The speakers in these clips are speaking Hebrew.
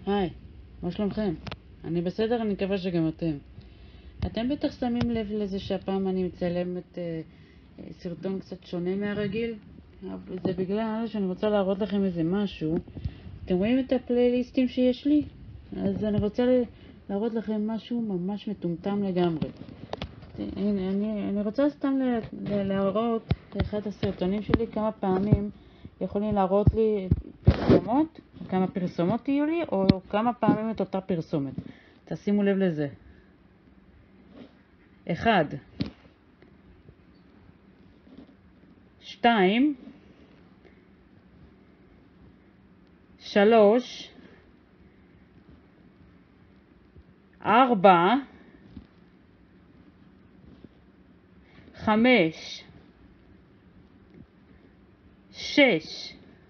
היי, מה שלומכם? אני בסדר, אני מקווה שגם אתם. אתם בטח שמים לב לזה שהפעם אני מצלמת סרטון קצת שונה מהרגיל, אבל זה בגלל שאני רוצה להראות לכם איזה משהו. אתם רואים את הפלייליסטים שיש לי? אז אני רוצה להראות לכם משהו ממש מטומטם לגמרי. אני רוצה סתם להראות באחד הסרטונים שלי כמה פעמים יכולים להראות לי פרסומות, כמה פרסומות יהיו לי, או כמה פעמים את אותה פרסומת. תשימו לב לזה. 1, 2, 3, 4, 5, 6,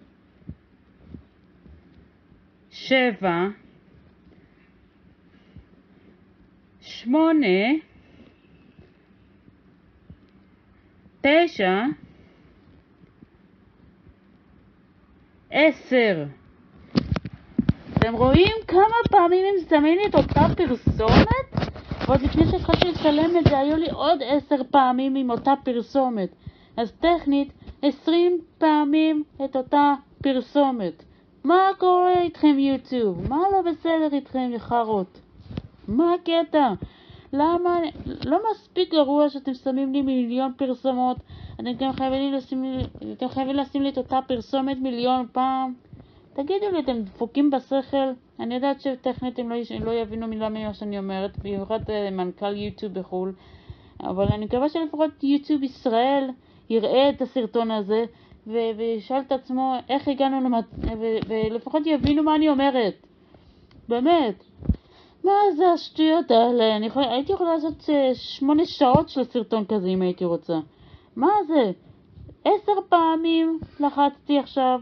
7, 8, 9, 10. אתם רואים כמה פעמים הם שמים לי את אותה פרסומת? ועוד לפני שהתחלתי לצלם את זה היו לי עוד 10 פעמים עם אותה פרסומת. אז טכנית 20 פעמים את אותה פרסומת. מה קורה איתכם יוטיוב? מה לא בסדר איתכם יחרות? מה הקטע? למה? לא מספיק גרוע שאתם שמים לי מיליון פרסומות. אתם גם חייבים לשים לי את אותה פרסומת מיליון פעם. תגידו לי, אתם דפוקים בשכל? אני יודעת שטכנית הם לא יבינו מילה ממה שאני אומרת, במיוחד מנכ"ל יוטיוב בחול. אבל אני מקווה שלפחות יוטיוב ישראל יראה את הסרטון הזה וישאל את עצמו איך הגענו ולפחות יבינו מה אני אומרת. באמת. מה זה השטויות האלה? הייתי יכולה לעשות 8 שעות של סרטון כזה אם הייתי רוצה. מה זה? 10 פעמים לחצתי עכשיו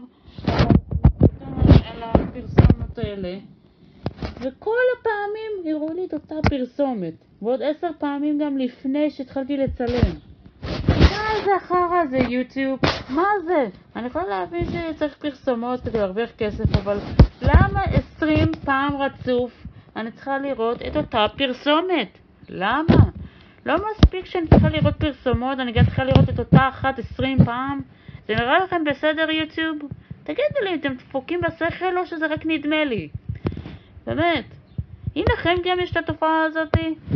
על הפרסומת האלה, וכל הפעמים הראו לי את אותה פרסומת, ועוד 10 פעמים גם לפני שהתחלתי לצלם. מה זה אחר הזה יוטיוב? מה זה? אני יכולה להבין שצריך פרסומות כדי להרוויח כסף, אבל למה 20 פעם רצוף אני צריכה לראות את אותה פרסומת? למה? לא מספיק שאני צריכה לראות פרסומות, אני גם צריכה לראות את אותה אחת 20 פעם? זה נראה לכם בסדר יוטיוב? תגידו לי, אתם דפוקים בשכל או שזה רק נדמה לי? באמת. אם לכם גם יש את התופעה הזאת,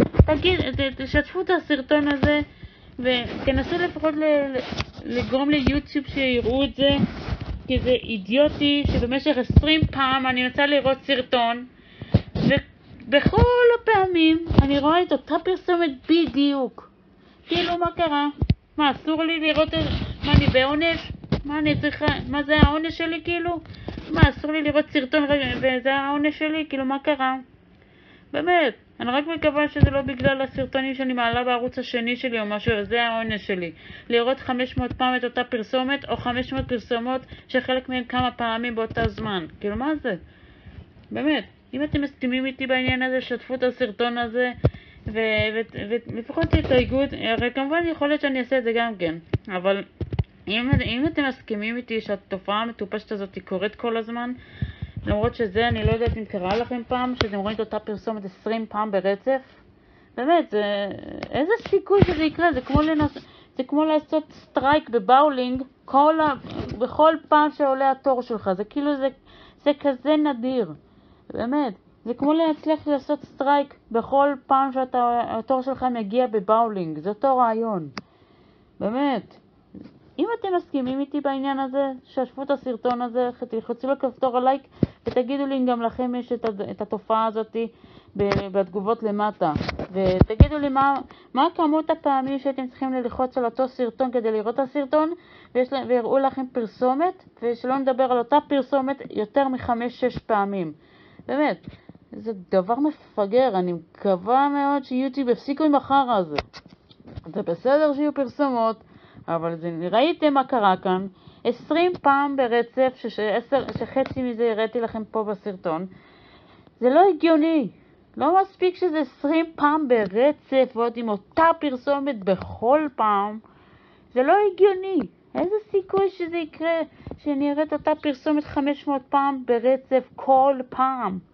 תשתפו את הסרטון הזה ותנסו לפחות לגרום ליוטיוב שיראו את זה, כי זה אידיוטי שבמשך 20 פעם אני מנסה לראות סרטון ובכל הפעמים אני רואה את אותה פרסומת בדיוק. כאילו מה קרה? מה, אסור לי לראות מה, אני בעונש? מה זה העונש שלי כאילו? מה, אסור לי לראות סרטון וזה העונש שלי? כאילו מה קרה? באמת, אני רק מקווה שזה לא בגלל הסרטונים שאני מעלה בערוץ השני שלי או משהו, זה העונש שלי. לראות 500 פעם את אותה פרסומת או 500 פרסומות שחלק מהם כמה פעמים באותה זמן. כאילו מה זה? באמת, אם אתם מסכימים איתי בעניין הזה, שתפו את הסרטון הזה ולפחות תתייגו, הרי כמובן יכול להיות שאני אעשה את זה גם כן, אבל אם אתם מסכימים איתי שהתופעה המטופשת הזאת קורית כל הזמן, למרות שזה, אני לא יודעת אם קרה לכם פעם, שאתם רואים את אותה פרסומת 20 פעם ברצף. באמת, איזה סיכוי שזה יקרה? זה כמו לעשות סטרייק בבאולינג בכל פעם שעולה התור שלך. זה כאילו, זה כזה נדיר. באמת, זה כמו להצליח לעשות סטרייק בכל פעם שהתור שלך מגיע בבאולינג. זה אותו רעיון. באמת. אם אתם מסכימים איתי בעניין הזה, שתפו את הסרטון הזה, תלחצו לכפתור הלייק ותגידו לי אם גם לכם יש את התופעה הזאת בתגובות למטה. ותגידו לי מה כמות הפעמים שאתם צריכים ללחוץ על אותו סרטון כדי לראות את הסרטון ויראו לכם פרסומת, ושלא נדבר על אותה פרסומת יותר מ5-6 פעמים. באמת, זה דבר מפגר. אני מקווה מאוד שיוטיוב יפסיקו עם החרא הזה. זה בסדר שיהיו פרסומות, אבל ראיתם מה קרה כאן 20 פעם ברצף, שחצי מזה הראיתי לכם פה בסרטון. זה לא הגיוני. לא מספיק שזה 20 פעם ברצף ועוד עם אותה פרסומת בכל פעם. זה לא הגיוני. איזה סיכוי שזה יקרה שאני אראה את אותה פרסומת 500 פעם ברצף כל פעם?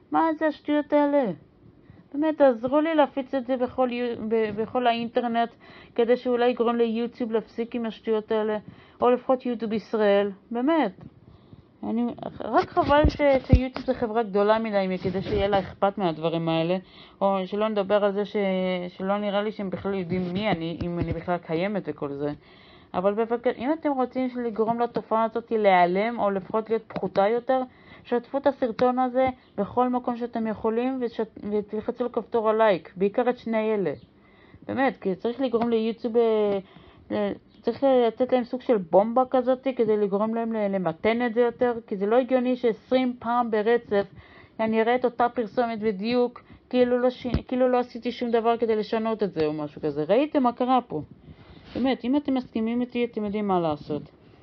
מה זה השטויות האלה? באמת, תעזרו לי להפיץ את זה בכל האינטרנט, כדי שאולי יגרום ליוטיוב להפסיק עם השטויות האלה, או לפחות יוטיוב ישראל, באמת. רק חבל שיוטיוב זה חברה גדולה מדי, כדי שיהיה לה אכפת מהדברים האלה, או שלא נדבר על זה שלא נראה לי שהם בכלל יודעים מי אני, אם אני בכלל קיימת וכל זה. אבל בבקשה, אם אתם רוצים לגרום לתופעה הזאת להיעלם, או לפחות להיות פחותה יותר, שתפו את הסרטון הזה בכל מקום שאתם יכולים, ותלחצו לכפתור הלייק, בעיקר את שני אלה. באמת, כי צריך לגרום ליוטיוב, צריך לתת להם סוג של בומבה כזאת, כדי לגרום להם למתן את זה יותר, כי זה לא הגיוני ש20 פעם ברצף אני אראה את אותה פרסומת בדיוק, כאילו לא עשיתי שום דבר כדי לשנות את זה או משהו כזה. ראיתם מה קרה פה? באמת, אם אתם מסכימים איתי, אתם יודעים מה לעשות.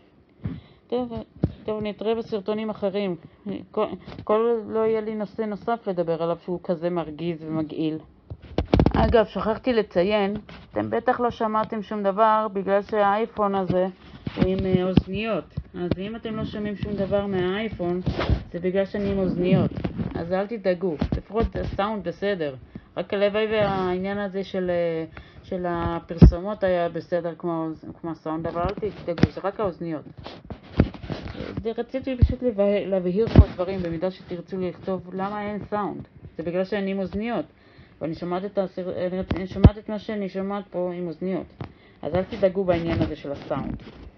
טוב, נתראה בסרטונים אחרים. כל לא יהיה לי נושא נוסף לדבר עליו שהוא כזה מרגיז ומגעיל. אגב, שכחתי לציין, אתם בטח לא שמעתם שום דבר בגלל שהאייפון הזה הוא עם אוזניות. אז אם אתם לא שומעים שום דבר מהאייפון, זה בגלל שאני עם אוזניות. אז אל תדאגו, לפחות הסאונד בסדר. רק הלוואי והעניין הזה של הפרסומות היה בסדר כמו הסאונד, אבל אל תדאגו, זה רק האוזניות. רציתי פשוט להבהיר פה דברים במידה שתרצו לכתוב למה אין סאונד. זה בגלל שאני עם אוזניות. ואני שומעת את מה שאני שומעת פה עם אוזניות. אז אל תדאגו בעניין הזה של הסאונד.